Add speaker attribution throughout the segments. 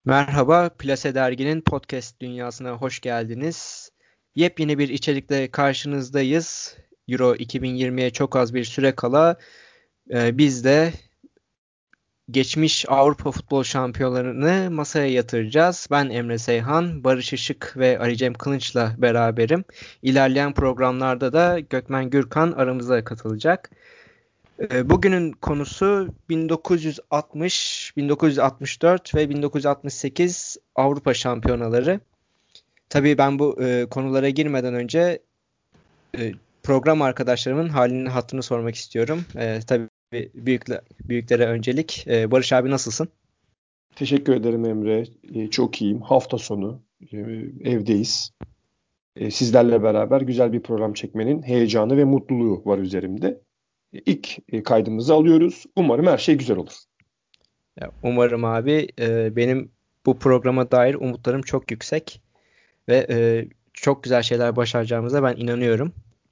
Speaker 1: Merhaba, Plase Dergi'nin podcast dünyasına hoş geldiniz. Yepyeni bir içerikle karşınızdayız. Euro 2020'ye çok az bir süre kala biz de geçmiş Avrupa futbol şampiyonlarını masaya yatıracağız. Ben Emre Seyhan, Barış Işık ve Ali Cem Kılıç'la beraberim. İlerleyen programlarda da Gökmen Gürkan aramıza katılacak. Bugünün konusu 1960, 1964 ve 1968 Avrupa şampiyonaları. Tabii ben bu konulara girmeden önce e, program arkadaşlarımın halini hattını sormak istiyorum. Tabii büyüklere öncelik. Barış abi nasılsın?
Speaker 2: Teşekkür ederim Emre. Çok iyiyim. Hafta sonu evdeyiz. Sizlerle beraber güzel bir program çekmenin heyecanı ve mutluluğu var üzerimde. İlk kaydımızı alıyoruz. Umarım her şey güzel olur.
Speaker 1: Ya, umarım abi benim bu programa dair umutlarım çok yüksek ve çok güzel şeyler başaracağımıza ben inanıyorum.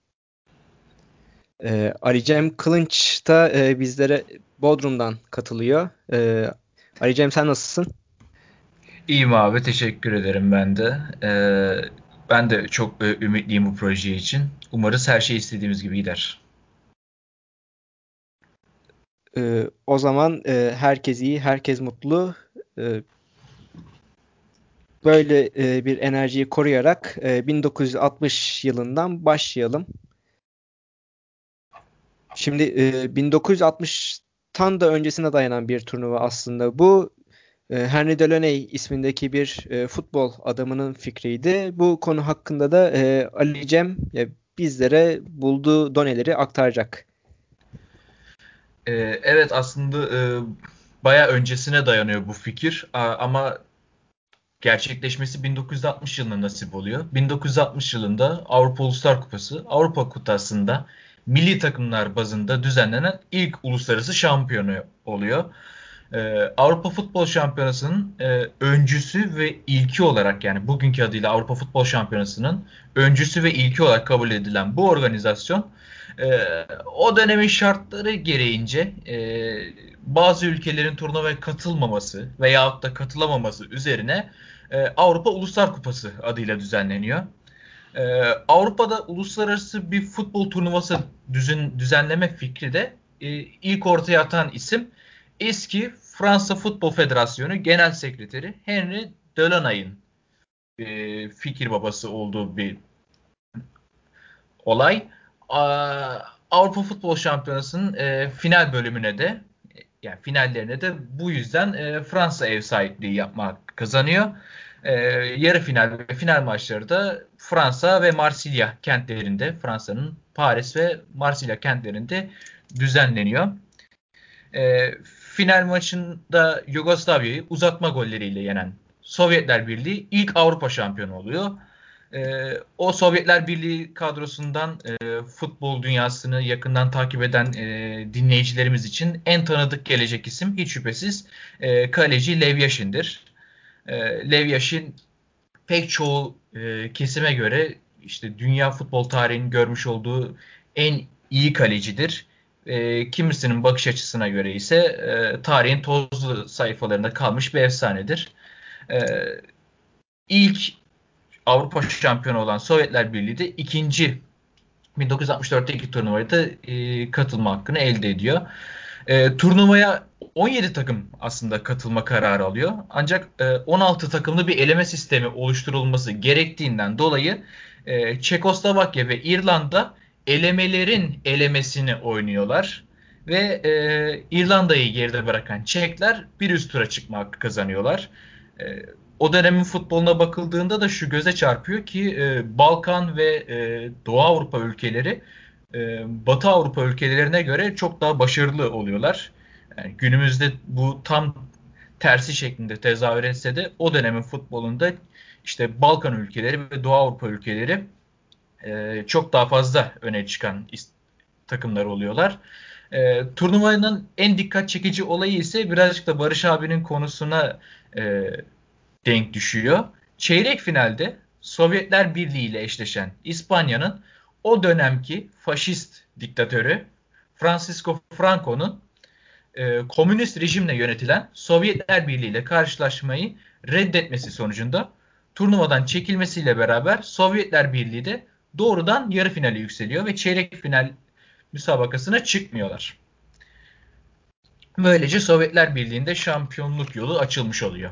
Speaker 1: Ali Cem Kılınç da bizlere Bodrum'dan katılıyor. Ali Cem sen nasılsın?
Speaker 3: İyiyim abi, teşekkür ederim ben de. Ben de çok ümitliyim bu proje için. Umarız her şey istediğimiz gibi gider.
Speaker 1: O zaman herkes iyi, herkes mutlu. Ee, Böyle bir enerjiyi koruyarak 1960 yılından başlayalım. Şimdi 1960'tan da öncesine dayanan bir turnuva aslında bu. Henry Delaney ismindeki bir futbol adamının fikriydi. Bu konu hakkında da Ali Cem bizlere bulduğu doneleri aktaracak.
Speaker 3: Evet, aslında bayağı öncesine dayanıyor bu fikir. Ama gerçekleşmesi 1960 yılında nasip oluyor. 1960 yılında Avrupa Uluslar Kupası, Avrupa Kupası'nda milli takımlar bazında düzenlenen ilk uluslararası şampiyonu oluyor. Avrupa Futbol Şampiyonası'nın öncüsü ve ilki olarak, yani bugünkü adıyla Avrupa Futbol Şampiyonası'nın öncüsü ve ilki olarak kabul edilen bu organizasyon o dönemin şartları gereğince bazı ülkelerin turnuvaya katılmaması veyahut da katılamaması üzerine Avrupa Uluslar Kupası adıyla düzenleniyor. Avrupa'da uluslararası bir futbol turnuvası düzenleme fikri de ilk ortaya atan isim eski Fransa Futbol Federasyonu Genel Sekreteri Henri Delaney'in fikir babası olduğu bir olay. Avrupa Futbol Şampiyonası'nın final bölümüne de, yani finallerine de bu yüzden Fransa ev sahipliği yapmak kazanıyor. Yarı final ve final maçları da Fransa ve Marsilya kentlerinde, Fransa'nın Paris ve Marsilya kentlerinde düzenleniyor. Final maçında Yugoslavya'yı uzatma golleriyle yenen Sovyetler Birliği ilk Avrupa şampiyonu oluyor. O Sovyetler Birliği kadrosundan futbol dünyasını yakından takip eden dinleyicilerimiz için en tanıdık gelecek isim hiç şüphesiz kaleci Lev Yashin'dir. Lev Yashin pek çoğu kesime göre işte dünya futbol tarihinin görmüş olduğu en iyi kalecidir. Kimisinin bakış açısına göre ise tarihin tozlu sayfalarında kalmış bir efsanedir. E, ilk Avrupa şampiyonu olan Sovyetler Birliği de ikinci 1964'teki turnuvaya da katılma hakkını elde ediyor. Turnuvaya 17 takım aslında katılma kararı alıyor. Ancak 16 takımlı bir eleme sistemi oluşturulması gerektiğinden dolayı Çekoslovakya ve İrlanda elemelerin elemesini oynuyorlar. Ve İrlanda'yı geride bırakan Çekler bir üst tura çıkma hakkı kazanıyorlar. E, O dönemin futboluna bakıldığında da şu göze çarpıyor ki Balkan ve Doğu Avrupa ülkeleri Batı Avrupa ülkelerine göre çok daha başarılı oluyorlar. Yani günümüzde bu tam tersi şeklinde tezahür etse de o dönemin futbolunda işte Balkan ülkeleri ve Doğu Avrupa ülkeleri çok daha fazla öne çıkan takımlar oluyorlar. Turnuvanın en dikkat çekici olayı ise birazcık da Barış abinin konusuna e, denk düşüyor. Çeyrek finalde Sovyetler Birliği ile eşleşen İspanya'nın o dönemki faşist diktatörü Francisco Franco'nun komünist rejimle yönetilen Sovyetler Birliği ile karşılaşmayı reddetmesi sonucunda turnuvadan çekilmesiyle beraber Sovyetler Birliği de doğrudan yarı finale yükseliyor ve çeyrek final müsabakasına çıkmıyorlar. Böylece Sovyetler Birliği'nde şampiyonluk yolu açılmış oluyor.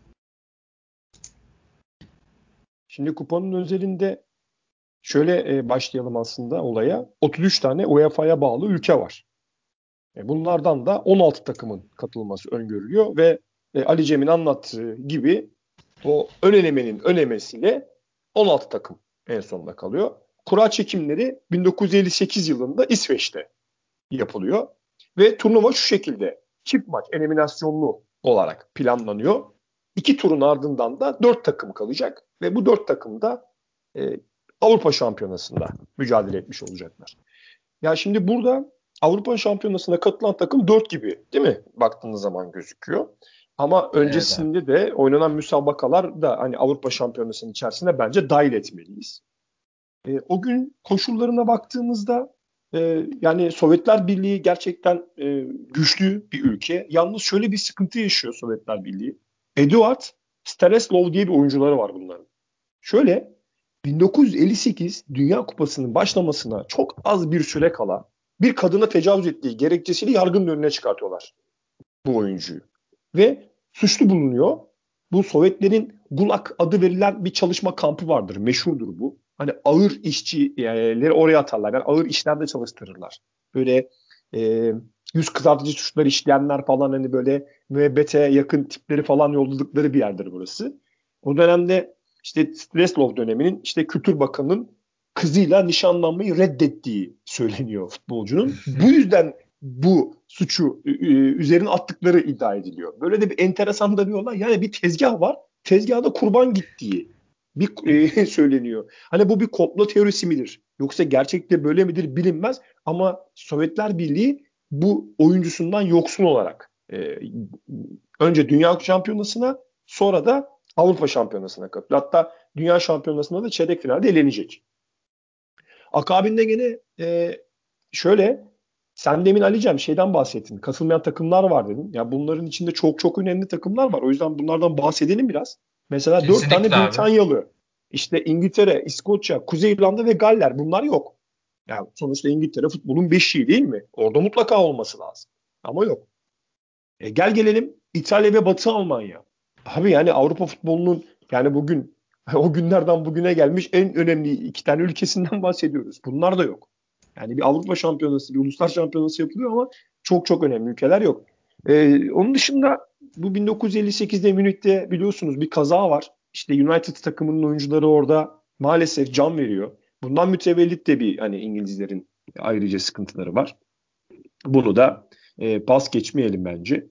Speaker 2: Şimdi kupanın özelinde şöyle başlayalım aslında olaya. 33 tane UEFA'ya bağlı ülke var. Bunlardan da 16 takımın katılması öngörülüyor ve Ali Cem'in anlattığı gibi o ön elemenin önemesiyle 16 takım en sonunda kalıyor. Kura çekimleri 1958 yılında İsveç'te yapılıyor. Ve turnuva şu şekilde çift maç eliminasyonlu olarak planlanıyor. 2 turun ardından da 4 takım kalacak ve bu 4 takım da Avrupa Şampiyonası'nda mücadele etmiş olacaklar. Ya şimdi burada Avrupa Şampiyonası'na katılan takım 4 gibi değil mi? Baktığınız zaman gözüküyor. Ama öncesinde de oynanan müsabakalar da hani Avrupa Şampiyonası'nın içerisine bence dahil etmeliyiz. O gün koşullarına baktığımızda yani Sovyetler Birliği gerçekten güçlü bir ülke. Yalnız şöyle bir sıkıntı yaşıyor Sovyetler Birliği. Eduard Stareslov diye bir oyuncuları var bunların. Şöyle 1958 Dünya Kupası'nın başlamasına çok az bir süre kala bir kadına tecavüz ettiği gerekçesiyle yargının önüne çıkartıyorlar bu oyuncuyu. Ve suçlu bulunuyor. Bu Sovyetlerin Gulag adı verilen bir çalışma kampı vardır. Meşhurdur bu. Hani ağır işçileri oraya atarlar. Yani ağır işlerde çalıştırırlar. Böyle yüz kızartıcı suçlar işleyenler falan hani böyle müebbete yakın tipleri falan yolladıkları bir yerdir burası. O dönemde işte Streslov döneminin işte Kültür Bakanı'nın kızıyla nişanlanmayı reddettiği söyleniyor futbolcunun. Bu yüzden bu suçu üzerine attıkları iddia ediliyor. Böyle de bir enteresan da bir olay. Yani bir tezgah var. Tezgahda kurban gittiği bir söyleniyor. Hani bu bir komplo teorisi midir? Yoksa gerçekte böyle midir bilinmez. Ama Sovyetler Birliği bu oyuncusundan yoksun olarak önce Dünya Şampiyonası'na sonra da Avrupa Şampiyonası'na katılıyor. Hatta Dünya Şampiyonası'nda da çeyrek finalde elenecek. Akabinde gene şöyle sen demin Ali'cem şeyden bahsettin. Katılmayan takımlar var dedin. Ya bunların içinde çok çok önemli takımlar var. O yüzden bunlardan bahsedelim biraz. Mesela 4 tane
Speaker 3: Kesinlikle abi.
Speaker 2: Britanyalı. İşte İngiltere, İskoçya, Kuzey İrlanda ve Galler. Bunlar yok. Yani sonuçta İngiltere futbolun beşiği değil mi? Orada mutlaka olması lazım. Ama yok. Gel gelelim İtalya ve Batı Almanya. Abi yani Avrupa futbolunun yani bugün o günlerden bugüne gelmiş en önemli 2 tane ülkesinden bahsediyoruz. Bunlar da yok. Yani bir Avrupa şampiyonası, bir uluslar şampiyonası yapılıyor ama çok çok önemli ülkeler yok. Onun dışında bu 1958'de Münih'te biliyorsunuz bir kaza var. İşte United takımının oyuncuları orada maalesef can veriyor. Bundan mütevellit de bir hani İngilizlerin ayrıca sıkıntıları var. Bunu da pas geçmeyelim bence.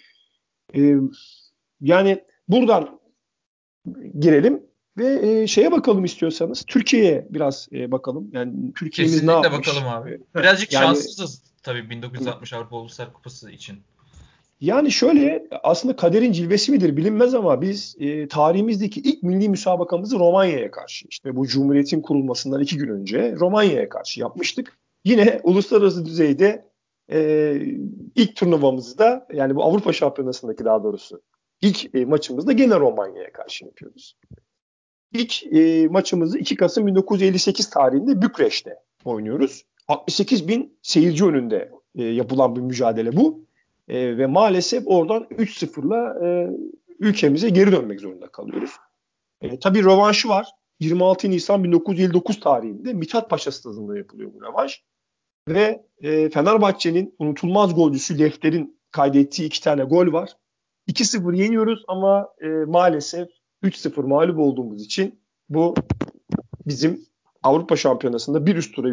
Speaker 2: Yani buradan girelim ve şeye bakalım istiyorsanız. Türkiye'ye biraz bakalım. Yani Türkiye'miz ne
Speaker 3: Kesinlikle
Speaker 2: yapmış?
Speaker 3: bakalım abi. Birazcık
Speaker 2: Yani
Speaker 3: şanssızız tabii 1960 Avrupa Uluslar Kupası için.
Speaker 2: yani şöyle aslında kaderin cilvesi midir bilinmez ama biz tarihimizdeki ilk milli müsabakamızı Romanya'ya karşı işte bu Cumhuriyet'in kurulmasından 2 gün önce Romanya'ya karşı yapmıştık. Yine uluslararası düzeyde ilk turnuvamızı da yani bu Avrupa Şampiyonası'ndaki daha doğrusu ilk maçımızda gene Romanya'ya karşı yapıyoruz. İlk maçımızı 2 Kasım 1958 tarihinde Bükreş'te oynuyoruz. 68 bin seyirci önünde yapılan bir mücadele bu. Ve maalesef oradan 3-0'la ülkemize geri dönmek zorunda kalıyoruz. Tabii rövanşı var. 26 Nisan 1959 tarihinde Mithat Paşa Stadı'nda yapılıyor bu rövanş. Ve Fenerbahçe'nin unutulmaz golcüsü Lefter'in kaydettiği 2 tane gol var. 2-0 yeniyoruz ama maalesef 3-0 mağlup olduğumuz için bu bizim Avrupa Şampiyonası'nda bir üst tura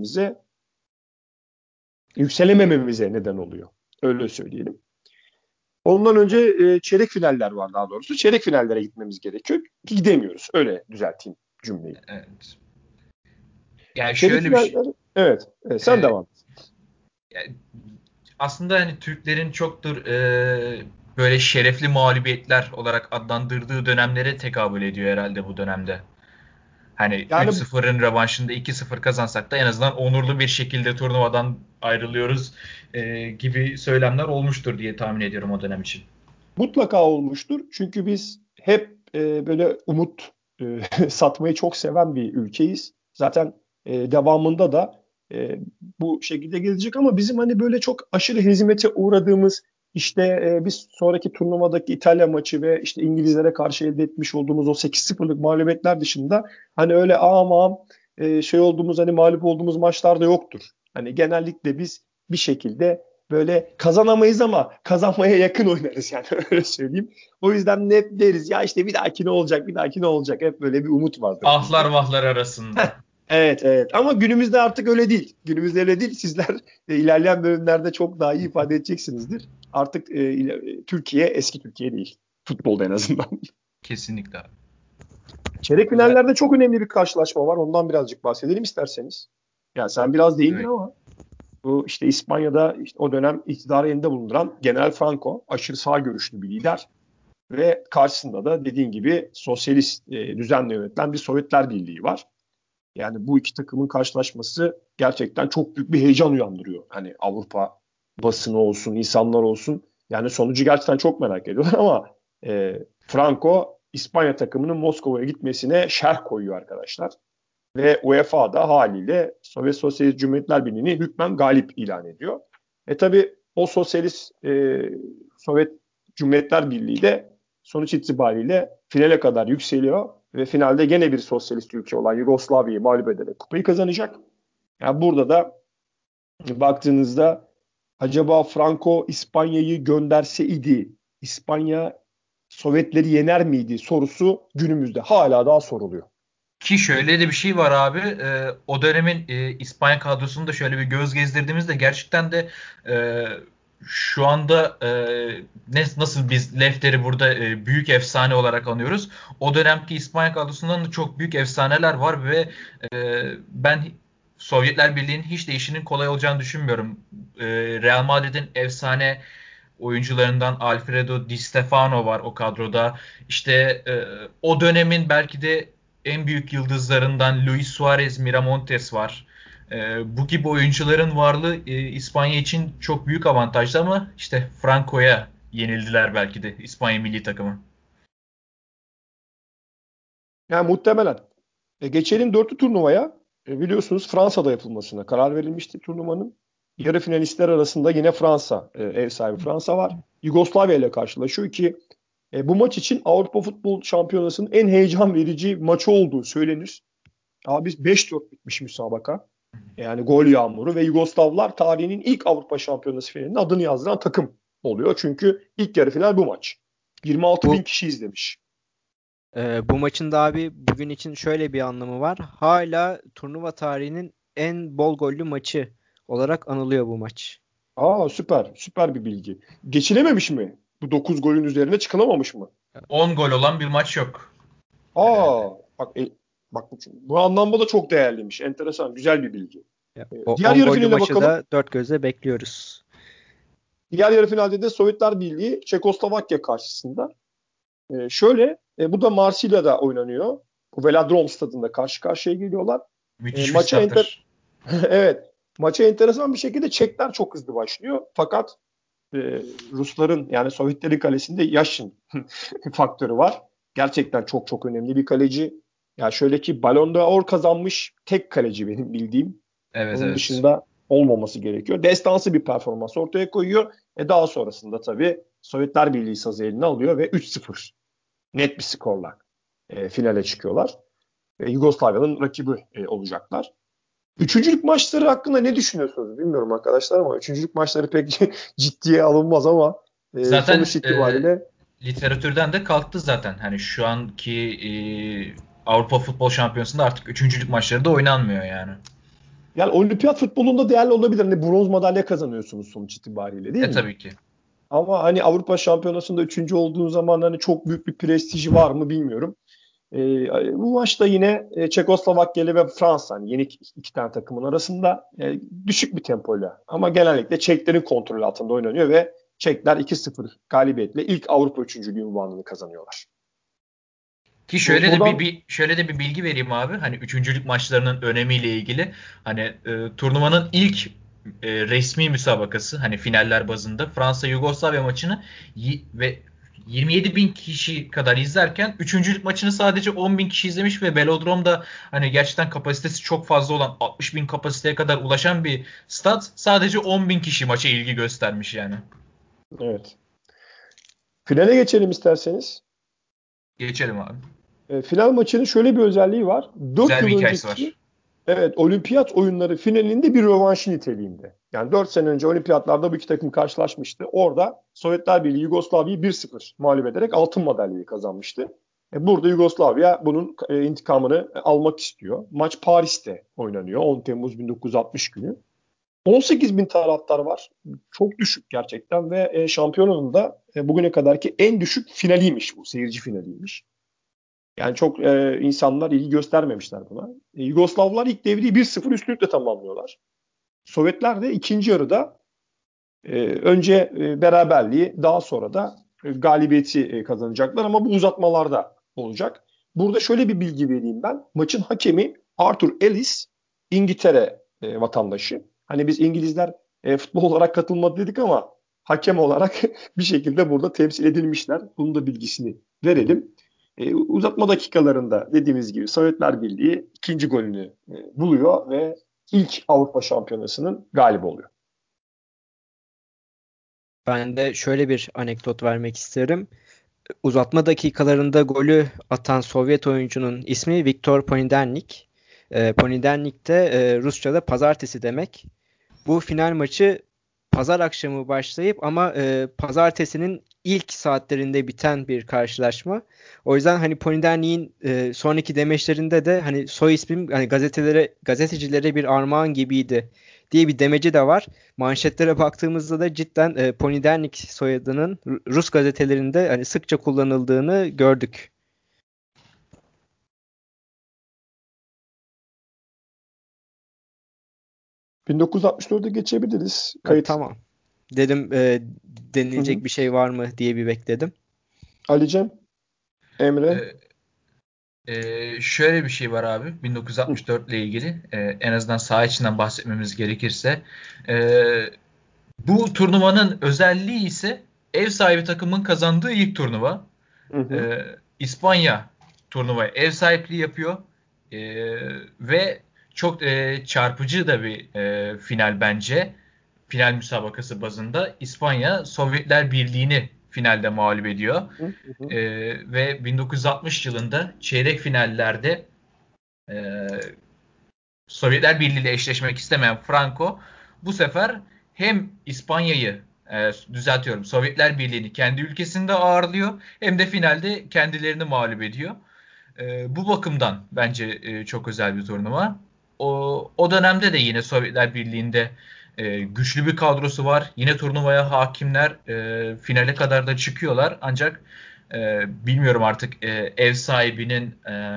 Speaker 2: yükselemememize neden oluyor. Öyle söyleyelim. Ondan önce çeyrek finaller var daha doğrusu. Çeyrek finallere gitmemiz gerekiyor. Gidemiyoruz. Öyle düzelteyim cümleyi.
Speaker 3: Evet. Yani
Speaker 2: Çeyrek
Speaker 3: şöyle bir şey.
Speaker 2: finaller, evet sen devam et.
Speaker 3: Yani aslında hani Türklerin çoktur böyle şerefli mağlubiyetler olarak adlandırdığı dönemlere tekabül ediyor herhalde bu dönemde. Hani
Speaker 2: Yani
Speaker 3: 3-0'ın revanşında 2-0 kazansak da en azından onurlu bir şekilde turnuvadan ayrılıyoruz gibi söylemler olmuştur diye tahmin ediyorum o dönem için.
Speaker 2: Mutlaka olmuştur. Çünkü biz hep böyle umut satmayı çok seven bir ülkeyiz. Zaten devamında da bu şekilde gelecek ama bizim hani böyle çok aşırı hezimete uğradığımız işte biz sonraki turnuvadaki İtalya maçı ve işte İngilizlere karşı elde etmiş olduğumuz o 8-0'lık mağlubiyetler dışında hani öyle ağam şey olduğumuz hani mağlup olduğumuz maçlarda yoktur. Hani genellikle biz bir şekilde böyle kazanamayız ama kazanmaya yakın oynarız yani öyle söyleyeyim. O yüzden hep deriz ya işte bir dahaki ne olacak, bir dahaki ne olacak. Hep böyle bir umut vardır
Speaker 3: Ahlar
Speaker 2: bizde.
Speaker 3: vahlar arasında.
Speaker 2: Evet, evet, ama günümüzde artık öyle değil. Günümüzde öyle değil. Sizler ilerleyen bölümlerde çok daha iyi ifade edeceksinizdir. Artık Türkiye eski Türkiye değil. Futbolda en azından.
Speaker 3: Kesinlikle.
Speaker 2: Çeyrek
Speaker 3: Özel,
Speaker 2: finallerde çok önemli bir karşılaşma var. Ondan birazcık bahsedelim isterseniz. Ya sen biraz değindin
Speaker 3: evet.
Speaker 2: ama bu işte İspanya'da işte o dönem iktidarı elinde bulunduran General Franco aşırı sağ görüşlü bir lider ve karşısında da dediğin gibi sosyalist düzenle yönetilen bir Sovyetler Birliği var. Yani bu iki takımın karşılaşması gerçekten çok büyük bir heyecan uyandırıyor. Hani Avrupa basını olsun, insanlar olsun. Yani sonucu gerçekten çok merak ediyorlar ama Franco İspanya takımının Moskova'ya gitmesine şerh koyuyor arkadaşlar. Ve UEFA da haliyle Sovyet Sosyalist Cumhuriyetler Birliği'ni hükmen galip ilan ediyor. Tabi o Sosyalist Sovyet Cumhuriyetler Birliği de sonuç itibariyle finale kadar yükseliyor ve finalde gene bir sosyalist ülke olan Yugoslavya'yı mağlup ederek kupayı kazanacak. Yani burada da baktığınızda acaba Franco İspanya'yı gönderse idi, İspanya Sovyetleri yener miydi sorusu günümüzde hala daha soruluyor.
Speaker 3: Ki şöyle de bir şey var abi. O dönemin İspanya kadrosunu da şöyle bir göz gezdirdiğimizde gerçekten de e, şu anda nasıl biz Lefter'i burada büyük efsane olarak anıyoruz. O dönemki İspanya kadrosundan da çok büyük efsaneler var ve ben Sovyetler Birliği'nin hiç de işinin kolay olacağını düşünmüyorum. Real Madrid'in efsane oyuncularından Alfredo Di Stefano var o kadroda. İşte o dönemin belki de en büyük yıldızlarından Luis Suarez, Miramontes var. Bu gibi oyuncuların varlığı İspanya için çok büyük avantajlı ama işte Franco'ya yenildiler belki de İspanya milli takımı.
Speaker 2: Yani muhtemelen. Geçelim dörtlü turnuvaya. Biliyorsunuz Fransa'da yapılmasına karar verilmişti turnuvanın. Yarı finalistler arasında yine Fransa, ev sahibi Fransa var. Yugoslavya ile karşılaşıyor ki bu maç için Avrupa Futbol Şampiyonası'nın en heyecan verici maçı olduğu söylenir. Abi 5-4 bitmiş müsabaka. Yani gol yağmuru ve Yugoslavlar tarihinin ilk Avrupa Şampiyonası finalinin adını yazdıran takım oluyor. Çünkü ilk yarı final bu maç. 26 bin
Speaker 1: Bu
Speaker 2: kişi izlemiş.
Speaker 1: bu maçın da abi bugün için şöyle bir anlamı var. Hala turnuva tarihinin en bol gollü maçı olarak anılıyor bu maç.
Speaker 2: Aa, süper. Süper bir bilgi. Geçilememiş mi? Bu 9 golün üzerine çıkılamamış mı?
Speaker 3: 10 gol olan bir maç yok. E,
Speaker 2: Aa, bak bu anlamda da çok değerliymiş. Enteresan, güzel bir bilgi.
Speaker 1: O
Speaker 2: Diğer
Speaker 1: 10
Speaker 2: yarı
Speaker 1: gollü
Speaker 2: finaline
Speaker 1: maçı
Speaker 2: bakalım.
Speaker 1: da dört gözle bekliyoruz.
Speaker 2: Diğer yarı finalde de Sovyetler Birliği Çekoslovakya karşısında. Bu da Marsilya'da oynanıyor. Bu Velodrom stadında karşı karşıya geliyorlar.
Speaker 3: müthiş bir
Speaker 2: Maça
Speaker 3: stattır.
Speaker 2: evet. Maça enteresan bir şekilde Çekler çok hızlı başlıyor. Fakat e, Rusların yani Sovyetlerin kalesinde Yashin faktörü var. Gerçekten çok çok önemli bir kaleci. Ya şöyle ki Ballon d'Or kazanmış tek kaleci benim bildiğim.
Speaker 3: Evet,
Speaker 2: Onun
Speaker 3: evet.
Speaker 2: dışında olmaması gerekiyor. Destansı bir performans ortaya koyuyor. Daha sonrasında tabii Sovyetler Birliği sazı eline alıyor ve 3-0 net bir skorla finale çıkıyorlar. Yugoslavya'nın rakibi olacaklar. Üçüncülük maçları hakkında ne düşünüyorsunuz bilmiyorum arkadaşlar ama üçüncülük maçları pek ciddiye alınmaz ama
Speaker 3: Zaten
Speaker 2: sonuç itibariyle
Speaker 3: literatürden de kalktı zaten. Hani şu anki Avrupa Futbol Şampiyonası'nda artık üçüncülük maçları da oynanmıyor yani.
Speaker 2: yani olimpiyat futbolunda değerli olabilir. Hani bronz madalya kazanıyorsunuz sonuç itibariyle değil mi?
Speaker 3: Tabii ki.
Speaker 2: Ama hani Avrupa Şampiyonası'nda üçüncü olduğun zaman hani çok büyük bir prestiji var mı bilmiyorum. Bu maçta yine Çekoslovakya ile ve Fransa hani yeni iki tane takımın arasında düşük bir tempoyla ama genellikle Çeklerin kontrolü altında oynanıyor ve Çekler 2-0 galibiyetle ilk Avrupa üçüncülüğü unvanını kazanıyorlar.
Speaker 3: Ki şöyle de
Speaker 2: Buradan
Speaker 3: şöyle de bir bilgi vereyim abi. Hani üçüncülük maçlarının önemiyle ilgili. Hani turnuvanın ilk resmi müsabakası, hani finaller bazında Fransa Yugoslavya maçını ve 27 bin kişi kadar izlerken üçüncülük maçını sadece 10 bin kişi izlemiş ve Velodrom'da hani gerçekten kapasitesi çok fazla olan 60 bin kapasiteye kadar ulaşan bir stat, sadece 10 bin kişi maça ilgi göstermiş yani.
Speaker 2: Evet. Finale geçelim isterseniz.
Speaker 3: Geçelim abi.
Speaker 2: Final maçının şöyle bir özelliği var. 4
Speaker 3: Güzel bir
Speaker 2: yıl
Speaker 3: hikayesi
Speaker 2: önceki
Speaker 3: var.
Speaker 2: evet, olimpiyat oyunları finalinde bir rövanşı niteliğinde. Yani 4 sene önce olimpiyatlarda bu iki takım karşılaşmıştı. Orada Sovyetler Birliği Yugoslavya'yı 1-0 mağlup ederek altın madalyayı kazanmıştı. Burada Yugoslavya bunun intikamını almak istiyor. Maç Paris'te oynanıyor. 10 Temmuz 1960 günü. 18 bin taraftar var. Çok düşük gerçekten ve şampiyonanın da bugüne kadarki en düşük finaliymiş bu. Seyirci finaliymiş. Yani çok insanlar ilgi göstermemişler buna. Yugoslavlar ilk devreyi 1-0 üstünlükle tamamlıyorlar. Sovyetler de ikinci yarıda önce beraberliği, daha sonra da galibiyeti kazanacaklar ama bu uzatmalarda olacak. Burada şöyle bir bilgi vereyim ben. Maçın hakemi Arthur Ellis, İngiltere vatandaşı. Hani biz İngilizler futbol olarak katılmadı dedik ama hakem olarak bir şekilde burada temsil edilmişler. Bunun da bilgisini verelim. Uzatma dakikalarında dediğimiz gibi Sovyetler Birliği ikinci golünü buluyor ve ilk Avrupa Şampiyonası'nın galibi oluyor.
Speaker 1: Ben de şöyle bir anekdot vermek isterim. Uzatma dakikalarında golü atan Sovyet oyuncunun ismi Viktor Ponidernik. Ponidernik de Rusça'da pazartesi demek. Bu final maçı pazar akşamı başlayıp ama pazartesinin ilk saatlerinde biten bir karşılaşma. O yüzden hani Ponidernik'in sonraki demeçlerinde de hani soy ismim hani gazetecilere bir armağan gibiydi diye bir demeci de var. Manşetlere baktığımızda da cidden Ponidernik soyadının Rus gazetelerinde hani sıkça kullanıldığını gördük.
Speaker 2: 1964'e geçebiliriz. Kayıt.
Speaker 1: Tamam. Dedim
Speaker 2: Hı hı.
Speaker 1: denilecek bir şey var mı diye bir bekledim.
Speaker 2: Alicem, Emre.
Speaker 3: Şöyle bir şey var abi, 1964 ile ilgili. En azından saha içinden bahsetmemiz gerekirse. Ee, Bu turnuvanın özelliği ise ev sahibi takımın kazandığı ilk turnuva.
Speaker 2: Hı hı.
Speaker 3: İspanya turnuvaya ev sahipliği yapıyor. Ee, Ve çok çarpıcı da bir final bence. Final müsabakası bazında İspanya Sovyetler Birliği'ni finalde mağlup ediyor.
Speaker 2: Hı hı.
Speaker 3: Ve 1960 yılında çeyrek finallerde e, Sovyetler Birliği ile eşleşmek istemeyen Franco bu sefer hem İspanya'yı düzeltiyorum, Sovyetler Birliği'ni kendi ülkesinde ağırlıyor, hem de finalde kendilerini mağlup ediyor. Bu bakımdan bence çok özel bir turnuva. O dönemde de yine Sovyetler Birliği'nde güçlü bir kadrosu var. Yine turnuvaya hakimler, finale kadar da çıkıyorlar. Ancak bilmiyorum artık ev sahibinin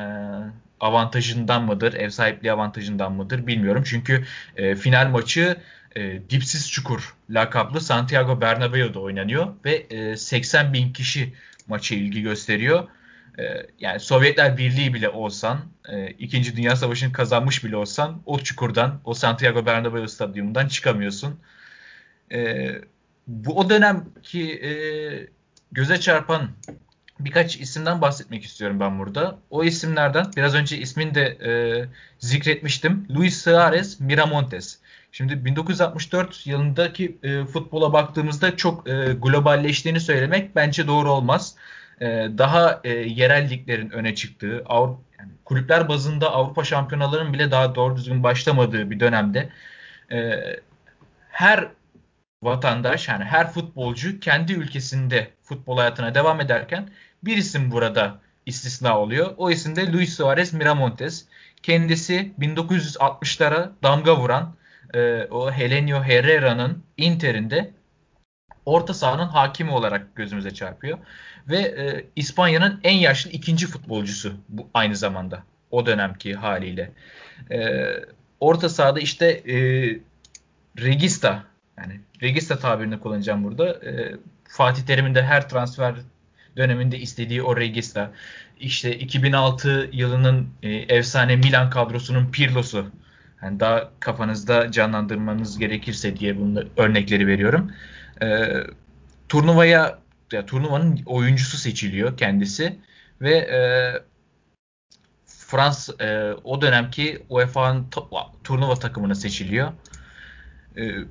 Speaker 3: avantajından mıdır, ev sahipliği avantajından mıdır bilmiyorum. Çünkü final maçı Dipsiz Çukur lakaplı Santiago Bernabéu'da oynanıyor ve 80 bin kişi maça ilgi gösteriyor. Yani Sovyetler Birliği bile olsan, İkinci Dünya Savaşı'nı kazanmış bile olsan o çukurdan, o Santiago Bernabéu stadyumundan çıkamıyorsun. E, O dönemki göze çarpan birkaç isimden bahsetmek istiyorum ben burada. O isimlerden biraz önce ismini de zikretmiştim. Luis Suarez Miramontes. Şimdi 1964 yılındaki futbola baktığımızda çok globalleştiğini söylemek bence doğru olmaz. Daha yerel liglerin öne çıktığı, yani kulüpler bazında Avrupa şampiyonalarının bile daha doğru düzgün başlamadığı bir dönemde e, her vatandaş, yani her futbolcu kendi ülkesinde futbol hayatına devam ederken bir isim burada istisna oluyor. O isim de Luis Suarez Miramontes. Kendisi 1960'lara damga vuran o Helenio Herrera'nın Inter'inde orta sahanın hakimi olarak gözümüze çarpıyor. Ve İspanya'nın en yaşlı ikinci futbolcusu bu aynı zamanda o dönemki haliyle. E, Orta sahada işte Regista, yani Regista tabirini kullanacağım burada. Fatih Terim'in de her transfer döneminde istediği o Regista. İşte 2006 yılının efsane Milan kadrosunun Pirlo'su. Yani daha kafanızda canlandırmanız gerekirse diye bunu örnekleri veriyorum. E, turnuvanın oyuncusu seçiliyor kendisi ve o dönemki UEFA'nın turnuva takımına seçiliyor. E,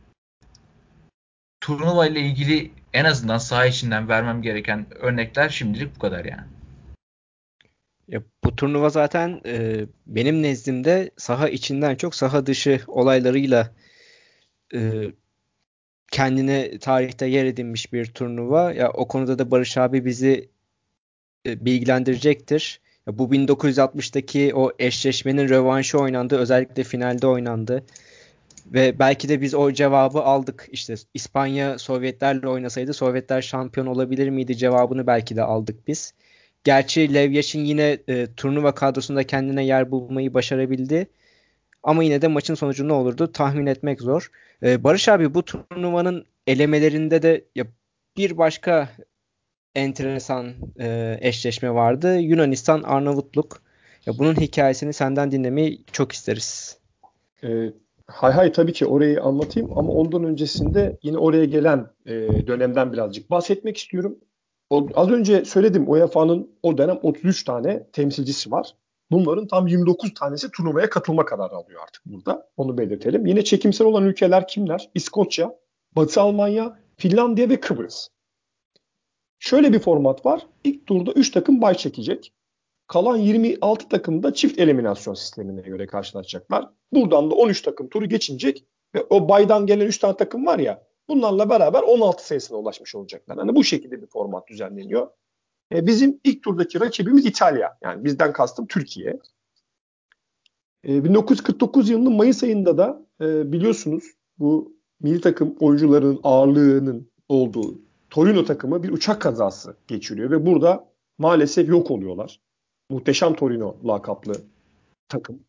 Speaker 3: Turnuva ile ilgili en azından saha içinden vermem gereken örnekler şimdilik bu kadar yani.
Speaker 1: Ya, bu turnuva zaten benim nezdimde saha içinden çok saha dışı olaylarıyla e, kendine tarihte yer edinmiş bir turnuva. Ya o konuda da Barış abi bizi bilgilendirecektir. Ya, bu 1960'taki o eşleşmenin rövanşı oynandı. Özellikle finalde oynandı. Ve belki de biz o cevabı aldık. İşte İspanya Sovyetlerle oynasaydı Sovyetler şampiyon olabilir miydi cevabını belki de aldık biz. Gerçi Lev Yashin yine turnuva kadrosunda kendine yer bulmayı başarabildi. Ama yine de maçın sonucu ne olurdu tahmin etmek zor. Barış abi, bu turnuvanın elemelerinde de ya, bir başka enteresan eşleşme vardı. Yunanistan Arnavutluk. Ya, bunun hikayesini senden dinlemeyi çok isteriz.
Speaker 2: E, hay hay, tabii ki orayı anlatayım ama ondan öncesinde yine oraya gelen dönemden birazcık bahsetmek istiyorum. Az önce söyledim, UEFA'nın o dönem 33 tane temsilcisi var. Bunların tam 29 tanesi turnuvaya katılma kararı alıyor artık burada. Onu belirtelim. Yine çekimsel olan ülkeler kimler? İskoçya, Batı Almanya, Finlandiya ve Kıbrıs. Şöyle bir format var. İlk turda 3 takım bay çekecek. Kalan 26 takım da çift eliminasyon sistemine göre karşılaşacaklar. Buradan da 13 takım turu geçinecek ve o baydan gelen 3 tane takım var ya, bunlarla beraber 16 sayısına ulaşmış olacaklar. Yani bu şekilde bir format düzenleniyor. Bizim ilk turdaki rakibimiz İtalya. Yani bizden kastım Türkiye. 1949 yılının Mayıs ayında da biliyorsunuz bu milli takım oyuncuların ağırlığının olduğu Torino takımı bir uçak kazası geçiriyor ve burada maalesef yok oluyorlar. Muhteşem Torino lakaplı takım.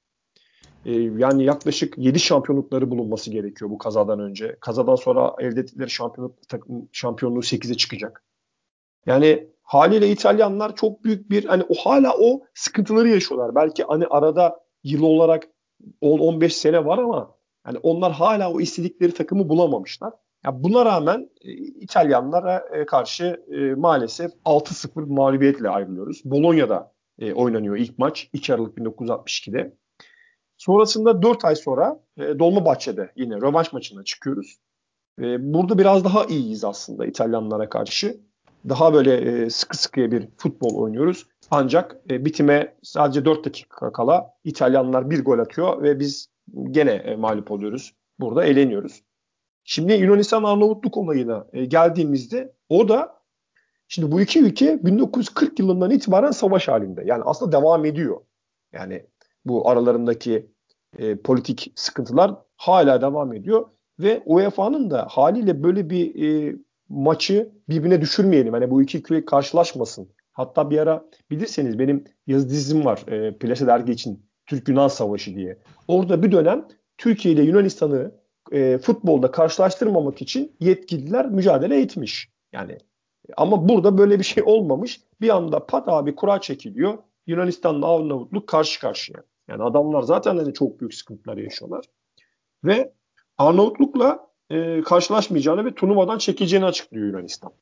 Speaker 2: Yani yaklaşık 7 şampiyonlukları bulunması gerekiyor bu kazadan önce. Kazadan sonra elde ettikleri şampiyonluğu 8'e çıkacak. Yani haliyle İtalyanlar çok büyük bir, hani hala o sıkıntıları yaşıyorlar. Belki hani arada yıl olarak 10-15 sene var ama yani onlar hala o istedikleri takımı bulamamışlar. Ya buna rağmen İtalyanlara karşı maalesef 6-0 mağlubiyetle ayrılıyoruz. Bologna'da oynanıyor ilk maç 2 Aralık 1962'de. Sonrasında 4 ay sonra Dolmabahçe'de yine rövanş maçına çıkıyoruz. Burada biraz daha iyiyiz aslında İtalyanlara karşı. Daha böyle sıkı sıkıya bir futbol oynuyoruz. Ancak bitime sadece 4 dakika kala İtalyanlar bir gol atıyor ve biz gene mağlup oluyoruz. Burada eleniyoruz. Şimdi Yunanistan Arnavutluk olayına geldiğimizde o da, şimdi bu iki ülke 1940 yılından itibaren savaş halinde. Yani aslında devam ediyor. Yani bu aralarındaki politik sıkıntılar hala devam ediyor. Ve UEFA'nın da haliyle böyle bir maçı birbirine düşürmeyelim. Hani bu iki ülke karşılaşmasın. Hatta bir ara bilirseniz benim yazı dizim var Plase Dergi için, Türk-Yunan Savaşı diye. Orada bir dönem Türkiye ile Yunanistan'ı futbolda karşılaştırmamak için yetkililer mücadele etmiş. Yani ama burada böyle bir şey olmamış. Bir anda pat abi kura çekiliyor. Yunanistan'la Arnavutluk karşı karşıya. Yani adamlar zaten hani çok büyük sıkıntılar yaşıyorlar. Ve Arnavutluk'la karşılaşmayacağını ve turnuvadan çekileceğini açıklıyor Yunanistan.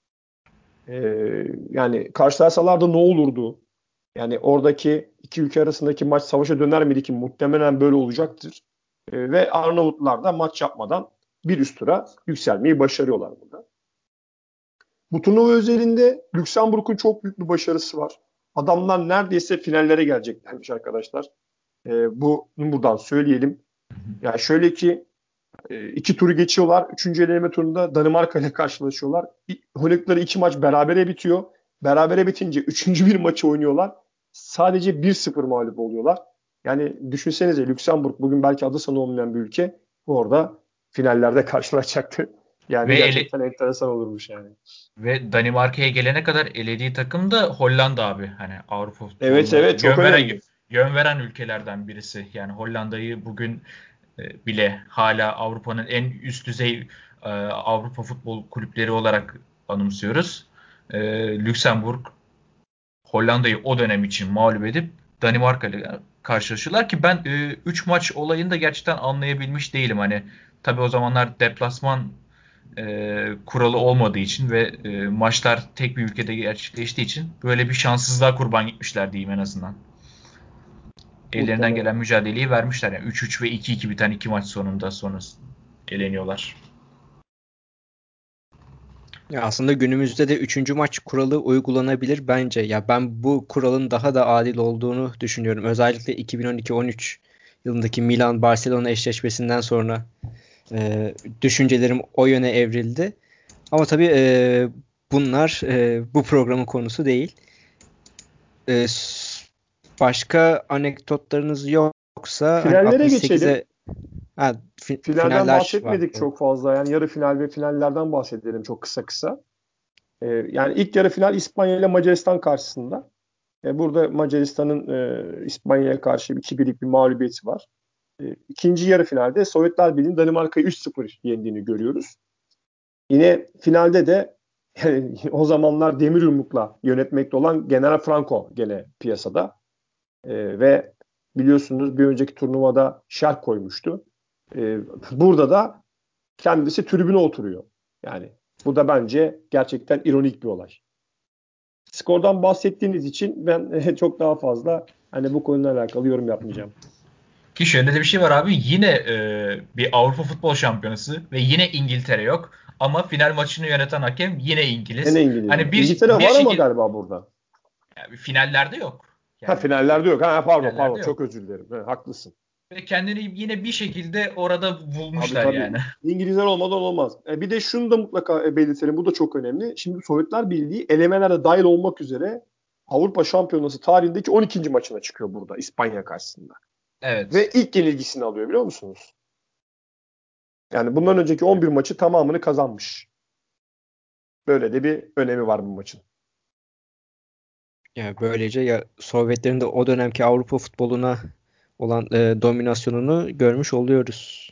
Speaker 2: E, Yani karşılaşsalar da ne olurdu? Yani oradaki iki ülke arasındaki maç savaşa döner miydi ki? Muhtemelen böyle olacaktır. Ve Arnavutlar da maç yapmadan bir üst tura yükselmeyi başarıyorlar burada. Bu turnuva özelinde Lüksemburg'un çok büyük bir başarısı var. Adamlar neredeyse finallere geleceklermiş arkadaşlar. Bunu buradan söyleyelim. Yani şöyle ki iki turu geçiyorlar. Üçüncü eleme turunda Danimarka ile karşılaşıyorlar. Oynadıkları iki maç berabere bitiyor. Berabere bitince üçüncü bir maçı oynuyorlar. Sadece 1-0 mağlup oluyorlar. Yani düşünsenize, Lüksemburg bugün belki adı sanı olmayan bir ülke. Orada finallerde karşılaşacaktı. Yani
Speaker 3: Ve ele,
Speaker 2: gerçekten enteresan olurmuş yani.
Speaker 3: ve Danimarka'ya gelene kadar elediği takım da Hollanda abi. Hani Avrupa
Speaker 2: Evet
Speaker 3: futboluna
Speaker 2: evet, çok önemli.
Speaker 3: yön veren ülkelerden birisi. Yani Hollanda'yı bugün bile hala Avrupa'nın en üst düzey Avrupa futbol kulüpleri olarak anımsıyoruz. Lüksemburg Hollanda'yı o dönem için mağlup edip Danimarka ile karşılaşıyorlar ki ben 3 maç olayını da gerçekten anlayabilmiş değilim. Hani tabii o zamanlar deplasman kuralı olmadığı için ve maçlar tek bir ülkede gerçekleştiği için böyle bir şanssızlığa kurban gitmişler diyeyim en azından. Ellerinden
Speaker 2: Muhtemelen.
Speaker 3: gelen mücadeleyi vermişler. Yani 3-3 ve 2-2 biten iki maç sonra eleniyorlar.
Speaker 1: Ya aslında günümüzde de üçüncü maç kuralı uygulanabilir bence. Ya ben bu kuralın daha da adil olduğunu düşünüyorum. Özellikle 2012-13 yılındaki Milan-Barcelona eşleşmesinden sonra düşüncelerim o yöne evrildi. Ama tabii bunlar bu programın konusu değil. E, Başka anekdotlarınız yoksa hani
Speaker 2: Finallere geçelim.
Speaker 1: 68'e ha,
Speaker 2: Finalden
Speaker 1: finaller
Speaker 2: bahsetmedik
Speaker 1: vardı.
Speaker 2: çok fazla. Yani yarı final ve finallerden bahsedelim çok kısa kısa. Yani ilk yarı final İspanya ile Macaristan karşısında. Burada Macaristan'ın İspanya'ya karşı 2-1'lik bir mağlubiyeti var. İkinci yarı finalde Sovyetler Birliği'nin Danimarka'yı 3-0 yendiğini görüyoruz. Yine finalde de o zamanlar demir yumrukla yönetmekte olan General Franco gene piyasada. Ve biliyorsunuz bir önceki turnuvada şerh koymuştu. Burada da kendisi tribüne oturuyor. Yani bu da bence gerçekten ironik bir olay. Skordan bahsettiğiniz için ben çok daha fazla hani bu konuyla alakalı yorum yapmayacağım.
Speaker 3: Ki şöyle de bir şey var abi. Yine bir Avrupa Futbol Şampiyonası ve yine İngiltere yok. Ama final maçını yöneten hakem yine İngiliz.
Speaker 2: Gene İngiliz
Speaker 3: Hani
Speaker 2: var.
Speaker 3: bir
Speaker 2: İngiltere
Speaker 3: bir
Speaker 2: var ama
Speaker 3: şekil
Speaker 2: galiba burada.
Speaker 3: yani finallerde yok.
Speaker 2: Ha
Speaker 3: Yani
Speaker 2: finallerde yok. Ha pardon
Speaker 3: finallerde
Speaker 2: çok
Speaker 3: yok.
Speaker 2: özür dilerim. Haklısın.
Speaker 3: Ve kendini yine bir şekilde orada
Speaker 2: Abi
Speaker 3: bulmuşlar
Speaker 2: tabii
Speaker 3: yani.
Speaker 2: İngilizler olmadan olmaz. Bir de şunu da mutlaka belirtelim. Bu da çok önemli. Şimdi Sovyetler Birliği elemelere dahil olmak üzere Avrupa Şampiyonası tarihindeki 12. maçına çıkıyor burada İspanya karşısında. Ve
Speaker 3: Evet.
Speaker 2: ilk yenilgisini alıyor biliyor musunuz? Yani bundan önceki 11 maçı tamamını kazanmış. Böyle de bir önemi var bu maçın.
Speaker 1: Yani böylece ya Sovyetlerin de o dönemki Avrupa futboluna olan dominasyonunu görmüş oluyoruz.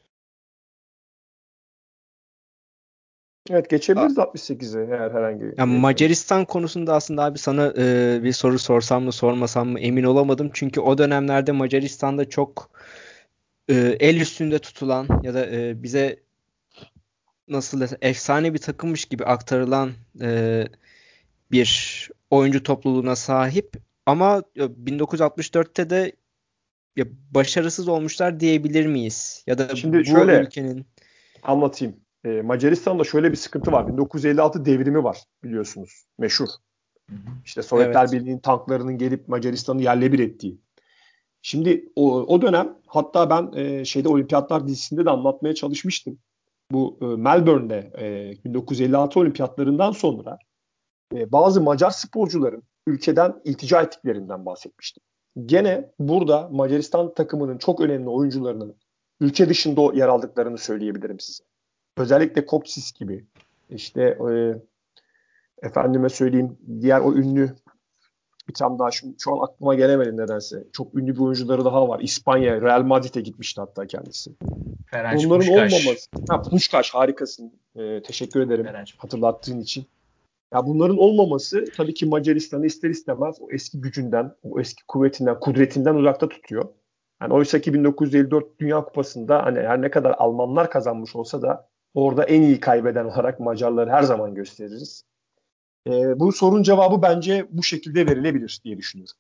Speaker 2: Evet geçebiliriz 68'e eğer herhangi
Speaker 1: Ya
Speaker 2: bir
Speaker 1: Macaristan konusunda aslında abi sana bir soru sorsam mı sormasam mı emin olamadım. Çünkü o dönemlerde Macaristan'da çok el üstünde tutulan ya da bize nasıl desem efsane bir takımmış gibi aktarılan bir oyuncu topluluğuna sahip. Ama 1964'te de ya başarısız olmuşlar diyebilir miyiz? Ya da
Speaker 2: Şimdi
Speaker 1: bu
Speaker 2: şöyle
Speaker 1: ülkenin
Speaker 2: anlatayım. Macaristan'da şöyle bir sıkıntı var. 1956 devrimi var biliyorsunuz. Meşhur.
Speaker 3: Hı hı.
Speaker 2: İşte Sovyetler
Speaker 1: evet.
Speaker 2: Birliği'nin tanklarının gelip Macaristan'ı yerle bir ettiği. Şimdi o dönem hatta ben şeyde Olimpiyatlar dizisinde de anlatmaya çalışmıştım. Bu Melbourne'de 1956 olimpiyatlarından sonra bazı Macar sporcuların ülkeden iltica ettiklerinden bahsetmiştim. Gene burada Macaristan takımının çok önemli oyuncularının ülke dışında yer aldıklarını söyleyebilirim size. Özellikle Kopsis gibi işte efendime söyleyeyim diğer o ünlü bir tane daha şu an aklıma gelemedi nedense. Çok ünlü bir oyuncuları daha var. İspanya, Real Madrid'e gitmişti hatta kendisi.
Speaker 3: Ferenc
Speaker 2: Onların
Speaker 3: Puskás.
Speaker 2: olmaması. Ha Puskás harikasın. Teşekkür ederim
Speaker 3: Ferenc.
Speaker 2: hatırlattığın için. Ya bunların olmaması tabii ki Macaristan'ı ister istemez o eski gücünden, o eski kuvvetinden, kudretinden uzakta tutuyor. Yani oysa ki 1954 Dünya Kupası'nda hani her ne kadar Almanlar kazanmış olsa da orada en iyi kaybeden olarak Macarları her zaman gösteririz. Bu sorunun cevabı bence bu şekilde verilebilir diye düşünüyorum.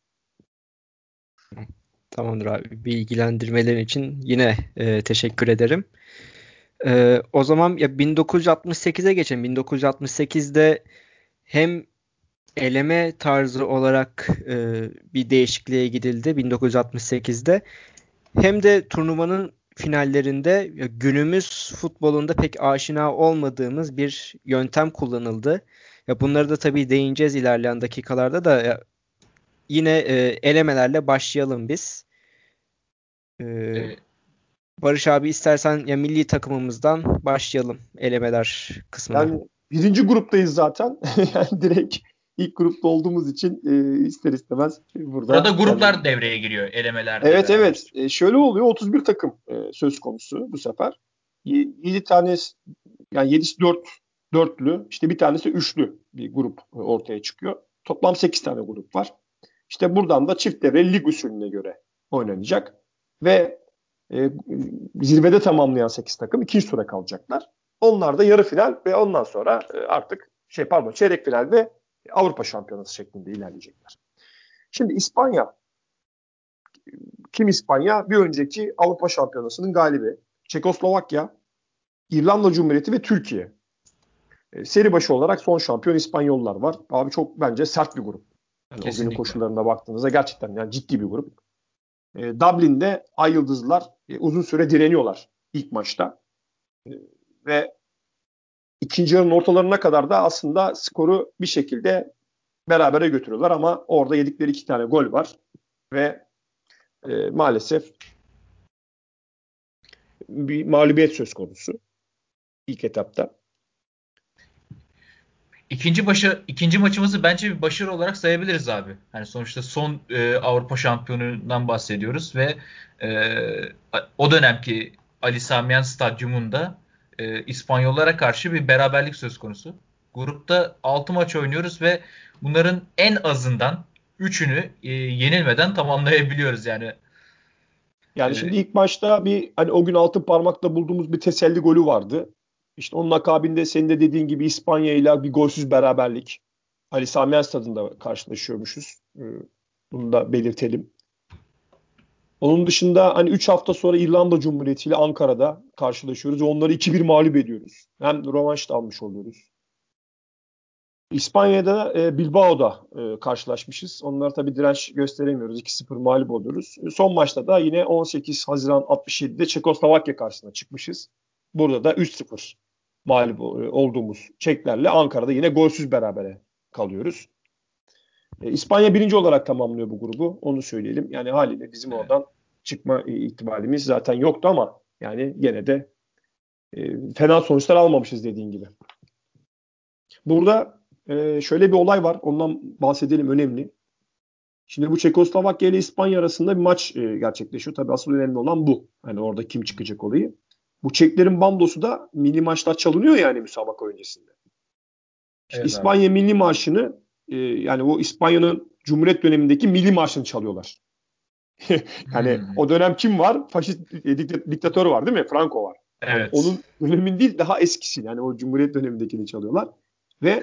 Speaker 1: Tamamdır abi. Bilgilendirmelerin için yine teşekkür ederim. O zaman ya 1968'e geçelim. 1968'de hem eleme tarzı olarak bir değişikliğe gidildi 1968'de. Hem de turnuvanın finallerinde ya günümüz futbolunda pek aşina olmadığımız bir yöntem kullanıldı. Ya bunları da tabii değineceğiz ilerleyen dakikalarda da yine elemelerle başlayalım biz. E,
Speaker 3: E,
Speaker 1: Barış abi istersen ya milli takımımızdan başlayalım elemeler kısmına.
Speaker 2: Yani birinci gruptayız zaten. Yani direkt ilk grupta olduğumuz için ister istemez
Speaker 3: Burada
Speaker 2: burada
Speaker 3: gruplar
Speaker 2: kendimizi.
Speaker 3: devreye giriyor elemelerle
Speaker 2: Evet
Speaker 3: beraber.
Speaker 2: evet. Şöyle oluyor 31 takım söz konusu bu sefer. 7 tane yani 7'si 4 dörtlü işte bir tanesi üçlü bir grup ortaya çıkıyor. Toplam 8 tane grup var. İşte buradan da çift devre lig usulüne göre oynanacak. Ve zirvede tamamlayan 8 takım ikinci tura kalacaklar. Onlar da yarı final ve ondan sonra artık çeyrek final ve Avrupa Şampiyonası şeklinde ilerleyecekler. Şimdi İspanya. Kim İspanya? Bir önceki Avrupa Şampiyonası'nın galibi. Çekoslovakya, İrlanda Cumhuriyeti ve Türkiye. Seri başı olarak son şampiyon İspanyollar var. Abi çok bence sert bir grup. Yani o günün koşullarına baktığınızda gerçekten yani ciddi bir grup. Dublin'de Ay Yıldızlar uzun süre direniyorlar ilk maçta. Ve ikinci yarının ortalarına kadar da aslında skoru bir şekilde berabere götürüyorlar ama orada yedikleri 2 tane gol var ve maalesef bir mağlubiyet söz konusu ilk etapta.
Speaker 3: İkinci maçımızı bence bir başarı olarak sayabiliriz abi. Yani sonuçta son Avrupa şampiyonundan bahsediyoruz ve o dönemki Ali Sami Yen Stadyumunda İspanyollara karşı bir beraberlik söz konusu. Grupta 6 maç oynuyoruz ve bunların en azından 3'ünü yenilmeden tamamlayabiliyoruz yani.
Speaker 2: Yani şimdi ilk maçta bir hani o gün altın parmakta bulduğumuz bir teselli golü vardı. İşte onun akabinde senin de dediğin gibi İspanya ile bir golsüz beraberlik. Ali Sami Yen Stadı'nda karşılaşıyormuşuz. Bunu da belirtelim. Onun dışında hani 3 hafta sonra İrlanda Cumhuriyeti ile Ankara'da karşılaşıyoruz ve onları 2-1 mağlup ediyoruz. Hem rövanş da almış oluyoruz. İspanya'da Bilbao'da karşılaşmışız. Onlar tabii direnç gösteremiyoruz. 2-0 mağlup oluyoruz. Son maçta da yine 18 Haziran 67'de Çekoslovakya karşısına çıkmışız. Burada da 3-0 mağlup olduğumuz Çeklerle Ankara'da yine golsüz berabere kalıyoruz. İspanya birinci olarak tamamlıyor bu grubu. Onu söyleyelim. Yani haliyle bizim oradan çıkma ihtimalimiz zaten yoktu ama yani gene de fena sonuçlar almamışız dediğin gibi. Burada şöyle bir olay var. Ondan bahsedelim, önemli. Şimdi bu Çekoslovakya ile İspanya arasında bir maç gerçekleşiyor. Tabii asıl önemli olan bu. Hani orada kim çıkacak olayı. Bu Çeklerin bandosu da milli maçlar çalınıyor yani müsabaka öncesinde. İşte
Speaker 3: Evet abi.
Speaker 2: İspanya milli marşını yani o İspanya'nın Cumhuriyet dönemindeki milli marşını çalıyorlar. Yani o dönem kim var? Faşist diktatör var değil mi? Franco var. Yani
Speaker 3: Evet.
Speaker 2: onun dönemin değil daha eskisi. Yani o Cumhuriyet dönemindekini çalıyorlar. Ve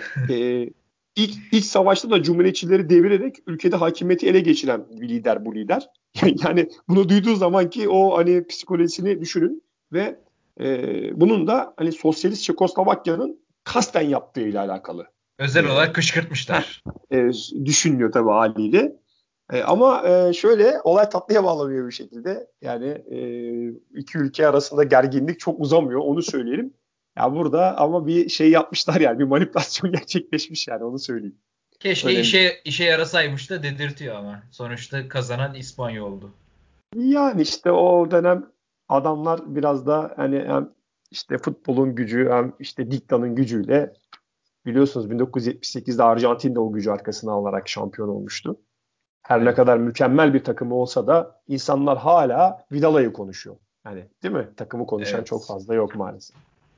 Speaker 2: ilk savaşta da Cumhuriyetçileri devirerek ülkede hakimiyeti ele geçiren bir lider bu lider. Yani bunu duyduğu zaman ki o hani psikolojisini düşünün ve bunun da hani Sosyalist Çekoslovakya'nın kasten yaptığıyla alakalı.
Speaker 3: Özel olarak kışkırtmışlar.
Speaker 2: Düşünülüyor tabii haliyle. Ama şöyle olay tatlıya bağlanıyor bir şekilde. Yani iki ülke arasında gerginlik çok uzamıyor, onu söyleyelim. Ya burada ama bir şey yapmışlar yani bir manipülasyon gerçekleşmiş yani onu söyleyeyim.
Speaker 3: Keşke
Speaker 2: Önemli.
Speaker 3: işe yarasaymış da dedirtiyor ama. Sonuçta kazanan İspanya oldu.
Speaker 2: Yani işte o dönem adamlar biraz da hani hem işte futbolun gücü hem işte diktanın gücüyle biliyorsunuz 1978'de Arjantin de o gücü arkasına alarak şampiyon olmuştu. Her ne
Speaker 3: Evet.
Speaker 2: kadar mükemmel bir takımı olsa da insanlar hala Vidala'yı konuşuyor. Yani değil mi? Takımı konuşan çok
Speaker 3: Evet.
Speaker 2: fazla yok maalesef.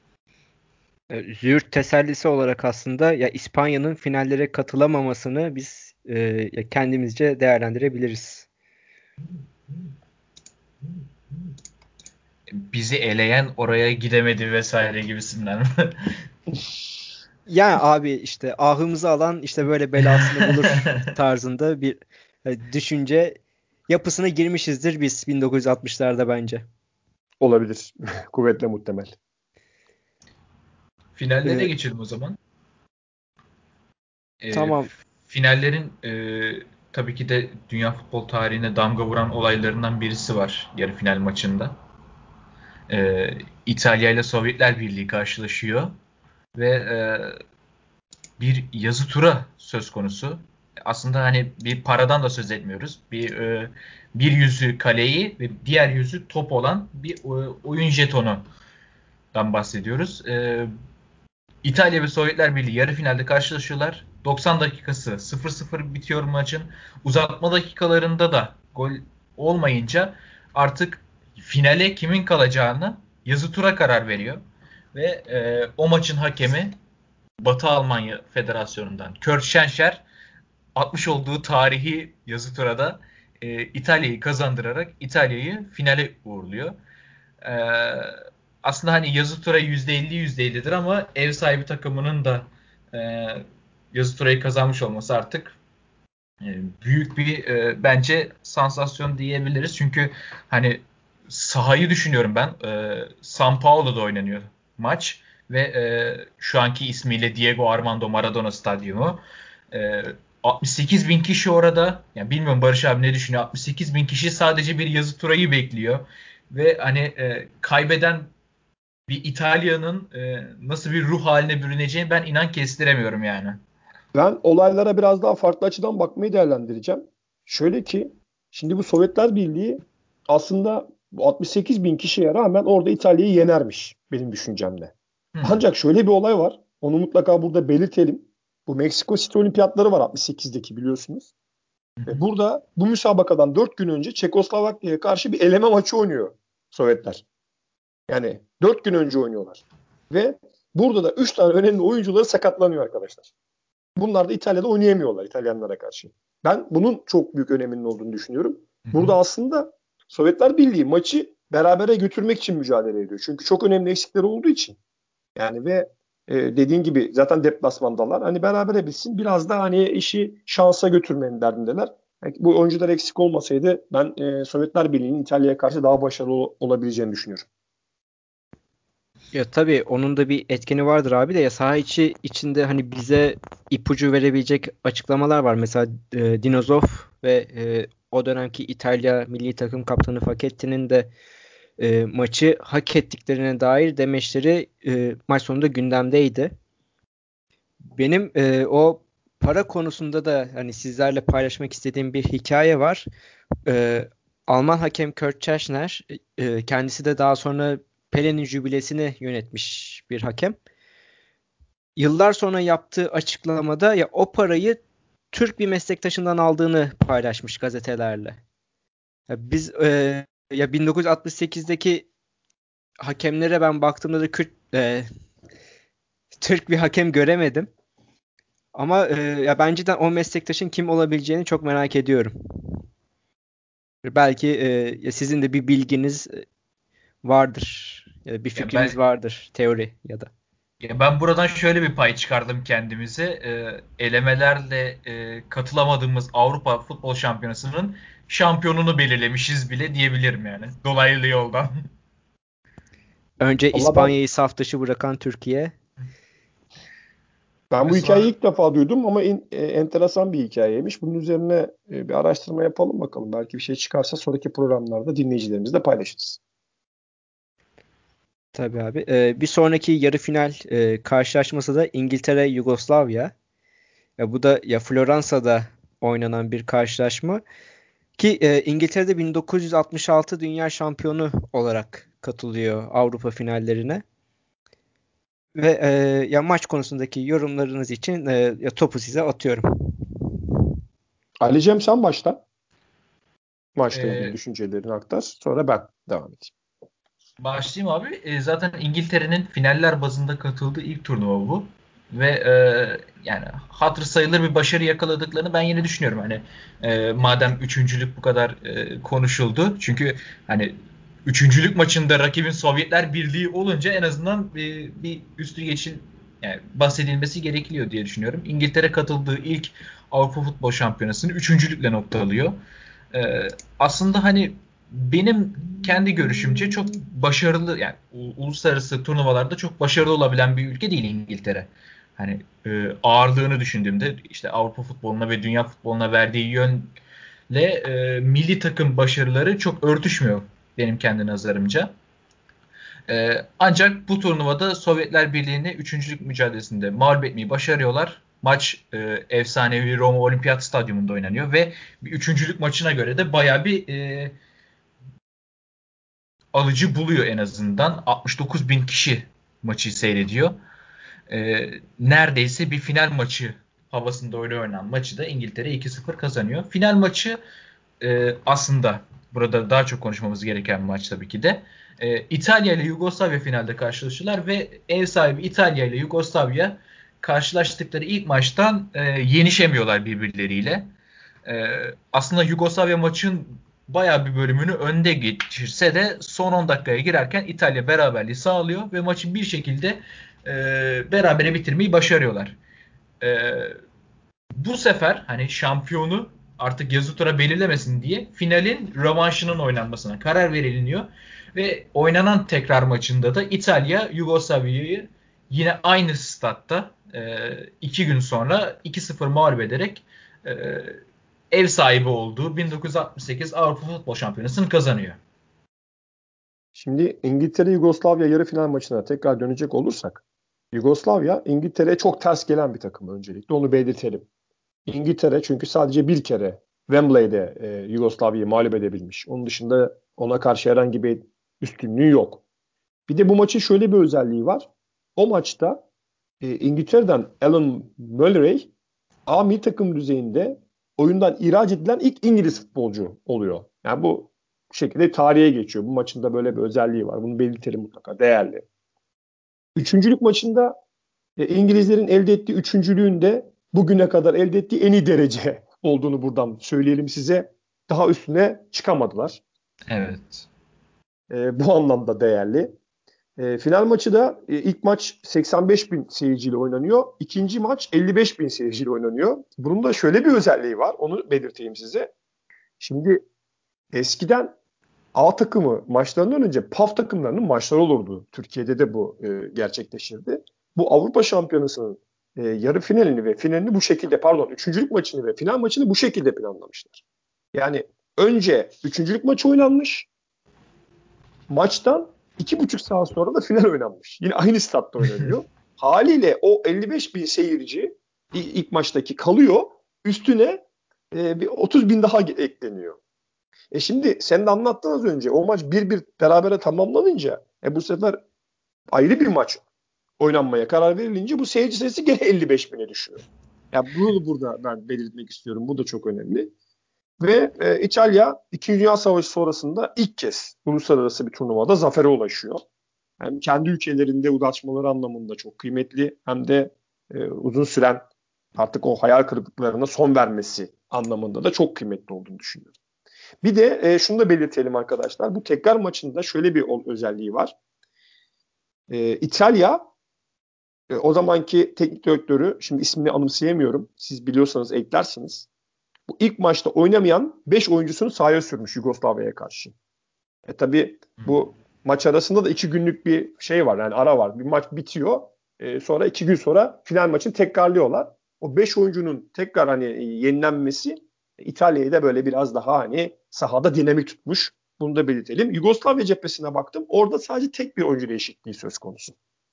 Speaker 1: Züğürt tesellisi olarak aslında ya İspanya'nın finallere katılamamasını biz ya kendimizce değerlendirebiliriz.
Speaker 3: Bizi eleyen oraya gidemedi vesaire gibisinden.
Speaker 1: Ya abi işte ahımızı alan işte böyle belasını bulur tarzında bir düşünce yapısına girmişizdir biz 1960'larda bence.
Speaker 2: Olabilir. Kuvvetle muhtemel.
Speaker 3: Finallere
Speaker 2: Ee,
Speaker 3: geçelim o zaman.
Speaker 1: Tamam.
Speaker 3: Finallerin tabii ki de dünya futbol tarihine damga vuran olaylarından birisi var yarı final maçında. İtalya ile Sovyetler Birliği karşılaşıyor ve bir yazı tura söz konusu. Aslında hani bir paradan da söz etmiyoruz. Bir yüzü kaleyi ve diğer yüzü top olan bir oyun jetonundan bahsediyoruz. İtalya ve Sovyetler Birliği yarı finalde karşılaşıyorlar. 90 dakikası 0-0 bitiyor maçın. Uzatma dakikalarında da gol olmayınca artık finale kimin kalacağını yazı tura karar veriyor. Ve o maçın hakemi Batı Almanya Federasyonu'ndan Kurt Schenscher atmış olduğu tarihi yazı turada İtalya'yı kazandırarak İtalya'yı finale uğurluyor. E, Aslında hani yazı tura %50'dir ama ev sahibi takımının da e, yazı turayı kazanmış olması artık büyük bir bence sansasyon diyebiliriz. Çünkü hani sahayı düşünüyorum ben. São Paulo'da oynanıyor maç ve şu anki ismiyle Diego Armando Maradona Stadyumu. E, 68 bin kişi orada. Yani bilmiyorum Barış abi ne düşünüyor? 68 bin kişi sadece bir yazı turayı bekliyor. Ve hani kaybeden bir İtalya'nın nasıl bir ruh haline bürüneceğini ben inan kestiremiyorum yani.
Speaker 2: Ben olaylara biraz daha farklı açıdan bakmayı değerlendireceğim. Şöyle ki şimdi bu Sovyetler Birliği aslında bu 68 bin kişiye rağmen orada İtalya'yı yenermiş benim düşüncemle.
Speaker 3: Hmm.
Speaker 2: Ancak şöyle bir olay var. Onu mutlaka burada belirtelim. Bu Meksiko City Olimpiyatları var 68'deki biliyorsunuz.
Speaker 3: Hı hı.
Speaker 2: Ve burada bu müsabakadan 4 gün önce Çekoslovakya'ya karşı bir eleme maçı oynuyor Sovyetler. Yani 4 gün önce oynuyorlar. Ve burada da 3 tane önemli oyuncuları sakatlanıyor arkadaşlar. Bunlar da İtalya'da oynayamıyorlar İtalyanlara karşı. Ben bunun çok büyük öneminin olduğunu düşünüyorum.
Speaker 3: Hı hı.
Speaker 2: Burada aslında Sovyetler Birliği maçı berabere götürmek için mücadele ediyor. Çünkü çok önemli eksikleri olduğu için. Yani ve dediğin gibi zaten deplasmandalar. Hani berabere bitsin biraz da hani işi şansa götürmenin derdindeler. Yani bu oyuncular eksik olmasaydı ben Sovyetler Birliği'nin İtalya'ya karşı daha başarılı olabileceğini düşünüyorum.
Speaker 1: Ya tabii onun da bir etkeni vardır abi de ya saha içinde hani bize ipucu verebilecek açıklamalar var. Mesela Dinozov ve o dönemki İtalya milli takım kaptanı Facchetti'nin de maçı hak ettiklerine dair demeçleri maç sonunda gündemdeydi. Benim o para konusunda da hani sizlerle paylaşmak istediğim bir hikaye var. E, Alman hakem Kurt Schächner, kendisi de daha sonra Pele'nin jübilesini yönetmiş bir hakem. Yıllar sonra yaptığı açıklamada ya o parayı Türk bir meslektaşından aldığını paylaşmış gazetelerle. Ya biz ya 1968'deki hakemlere ben baktığımda da Türk bir hakem göremedim. Ama ya bence o meslektaşın kim olabileceğini çok merak ediyorum. Belki ya sizin de bir bilginiz vardır. Ya da bir
Speaker 3: Ya
Speaker 1: fikriniz
Speaker 3: ben
Speaker 1: vardır. Teori ya da.
Speaker 3: ben buradan şöyle bir pay çıkardım kendimize. Elemelerle katılamadığımız Avrupa Futbol Şampiyonası'nın şampiyonunu belirlemişiz bile diyebilirim yani. Dolaylı yoldan.
Speaker 1: Önce
Speaker 2: Valla ben
Speaker 1: İspanya'yı saf dışı bırakan Türkiye.
Speaker 2: Ben
Speaker 3: Ve
Speaker 2: bu hikayeyi
Speaker 3: sonra
Speaker 2: ilk defa duydum ama enteresan bir hikayeymiş. Bunun üzerine bir araştırma yapalım bakalım. Belki bir şey çıkarsa sonraki programlarda dinleyicilerimizle paylaşırız.
Speaker 1: Tabii abi. Bir sonraki yarı final karşılaşması da İngiltere-Yugoslavya. Ya bu da ya Floransa'da oynanan bir karşılaşma ki İngiltere'de 1966 Dünya Şampiyonu olarak katılıyor Avrupa finallerine. Ve ya maç konusundaki yorumlarınız için ya topu size atıyorum.
Speaker 2: Ali Cem sen başla. Maçla ilgili
Speaker 3: e,
Speaker 2: düşüncelerini aktar. Sonra ben devam edeyim.
Speaker 3: başlayayım abi. Zaten İngiltere'nin finaller bazında katıldığı ilk turnuva bu. Ve yani hatır sayılır bir başarı yakaladıklarını ben yine düşünüyorum. Hani madem üçüncülük bu kadar konuşuldu. Çünkü hani üçüncülük maçında rakibin Sovyetler Birliği olunca en azından bir üstü geçin yani bahsedilmesi gerekiyor diye düşünüyorum. İngiltere katıldığı ilk Avrupa Futbol Şampiyonası'nı üçüncülükle noktalıyor. Aslında hani benim kendi görüşümce çok başarılı yani uluslararası turnuvalarda çok başarılı olabilen bir ülke değil İngiltere. Hani ağırlığını düşündüğümde işte Avrupa futboluna ve dünya futboluna verdiği yönle milli takım başarıları çok örtüşmüyor benim kendi nazarımca. Ancak bu turnuvada Sovyetler Birliği'ni üçüncülük mücadelesinde mağlup etmeyi başarıyorlar. Maç efsanevi Roma Olimpiyat Stadyumunda oynanıyor ve bir üçüncülük maçına göre de baya bir alıcı buluyor en azından. 69 bin kişi maçı seyrediyor. Neredeyse bir final maçı havasında oynanan maçı da İngiltere 2-0 kazanıyor. Final maçı aslında burada daha çok konuşmamız gereken bir maç tabii ki de. İtalya ile Yugoslavya finalde karşılaşıyorlar ve ev sahibi İtalya ile Yugoslavya karşılaştıkları ilk maçtan yenişemiyorlar birbirleriyle. Aslında Yugoslavya maçın bayağı bir bölümünü önde geçirse de son 10 dakikaya girerken İtalya beraberliği sağlıyor ve maçı bir şekilde berabere bitirmeyi başarıyorlar. Bu sefer hani şampiyonu artık yazı tura belirlemesin diye finalin rövanşının oynanmasına karar veriliyor. Ve oynanan tekrar maçında da İtalya Yugoslavya'yı yine aynı statta 2 gün sonra 2-0 mağlup ederek ev sahibi olduğu 1968 Avrupa Futbol Şampiyonası'nı kazanıyor.
Speaker 2: Şimdi İngiltere-Yugoslavya yarı final maçına tekrar dönecek olursak, Yugoslavya İngiltere'ye çok ters gelen bir takım öncelikle. Onu belirtelim. İngiltere çünkü sadece bir kere Wembley'de Yugoslavya'yı mağlup edebilmiş. Onun dışında ona karşı herhangi bir üstünlüğü yok. Bir de bu maçın şöyle bir özelliği var. O maçta İngiltere'den Alan Mulray A milli takım düzeyinde oyundan ihraç edilen ilk İngiliz futbolcu oluyor. Yani bu şekilde tarihe geçiyor. Bu maçın da böyle bir özelliği var. Bunu belirtelim mutlaka. Değerli. Üçüncülük maçında İngilizlerin elde ettiği üçüncülüğün de bugüne kadar elde ettiği en iyi derece olduğunu buradan söyleyelim size. Daha üstüne çıkamadılar.
Speaker 3: Evet.
Speaker 2: Bu anlamda değerli. Final maçı da ilk maç 85 bin seyirciyle oynanıyor. İkinci maç 55 bin seyirciyle oynanıyor. Bunun da şöyle bir özelliği var. Onu belirteyim size. Şimdi eskiden A takımı maçlarından önce PAF takımlarının maçları olurdu. Türkiye'de de bu gerçekleşirdi. Bu Avrupa Şampiyonası'nın yarı finalini ve finalini bu şekilde, üçüncülük maçını ve final maçını bu şekilde planlamışlar. Yani önce üçüncülük maçı oynanmış. Maçtan 2,5 saat sonra da final oynanmış. Yine aynı statta oynanıyor. Haliyle o 55 bin seyirci ilk maçtaki kalıyor. Üstüne bir 30 bin daha ekleniyor. Şimdi sen de anlattın az önce. O maç 1-1 berabere tamamlanınca bu sefer ayrı bir maç oynanmaya karar verilince bu seyirci sayısı gene 55 bine düşüyor. Bunu burada ben belirtmek istiyorum. Bu da çok önemli. Ve İtalya 2. Dünya Savaşı sonrasında ilk kez uluslararası bir turnuvada zafere ulaşıyor. Hem kendi ülkelerinde ulaşmaları anlamında çok kıymetli, hem de uzun süren artık o hayal kırıklıklarına son vermesi anlamında da çok kıymetli olduğunu düşünüyorum. Bir de şunu da belirtelim arkadaşlar. Bu tekrar maçında şöyle bir özelliği var. İtalya o zamanki teknik direktörü, şimdi ismini anımsayamıyorum. Siz biliyorsanız eklersiniz. Bu ilk maçta oynamayan 5 oyuncusunu sahaya sürmüş Yugoslavya'ya karşı. Tabii bu maç arasında da 2 günlük bir şey var. Yani ara var. Bir maç bitiyor. Sonra 2 gün sonra final maçını tekrarlıyorlar. O 5 oyuncunun tekrar yenilenmesi İtalya'yı da böyle biraz daha sahada dinamik tutmuş. Bunu da belirtelim. Yugoslavya cephesine baktım. Orada sadece tek bir oyuncu değişikliği söz konusu.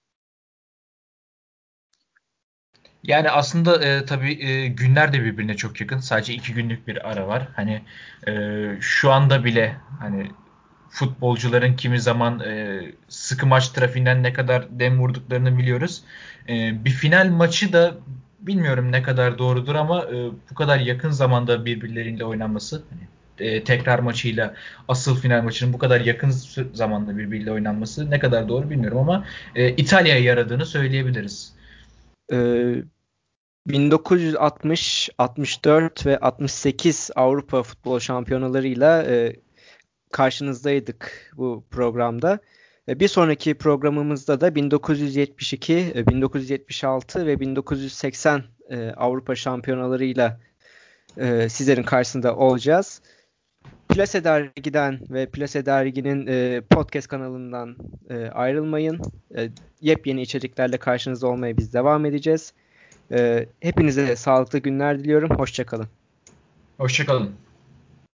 Speaker 3: Yani aslında tabii günler de birbirine çok yakın. Sadece 2 günlük bir ara var. Hani şu anda bile hani futbolcuların kimi zaman sıkı maç trafiğinden ne kadar dem vurduklarını biliyoruz. Bir final maçı da bilmiyorum ne kadar doğrudur ama bu kadar yakın zamanda birbirleriyle oynanması, hani, tekrar maçıyla asıl final maçının bu kadar yakın zamanda birbiriyle oynanması ne kadar doğru bilmiyorum ama İtalya'ya yaradığını söyleyebiliriz.
Speaker 1: 1960, 64 ve 68 Avrupa Futbol Şampiyonalarıyla karşınızdaydık bu programda. Bir sonraki programımızda da 1972, 1976 ve 1980 Avrupa Şampiyonalarıyla sizlerin karşısında olacağız. Plase Dergi'den ve Plase Dergi'nin podcast kanalından ayrılmayın. Yepyeni içeriklerle karşınızda olmaya biz devam edeceğiz. Hepinize sağlıklı günler diliyorum. Hoşça kalın.
Speaker 3: Hoşça kalın.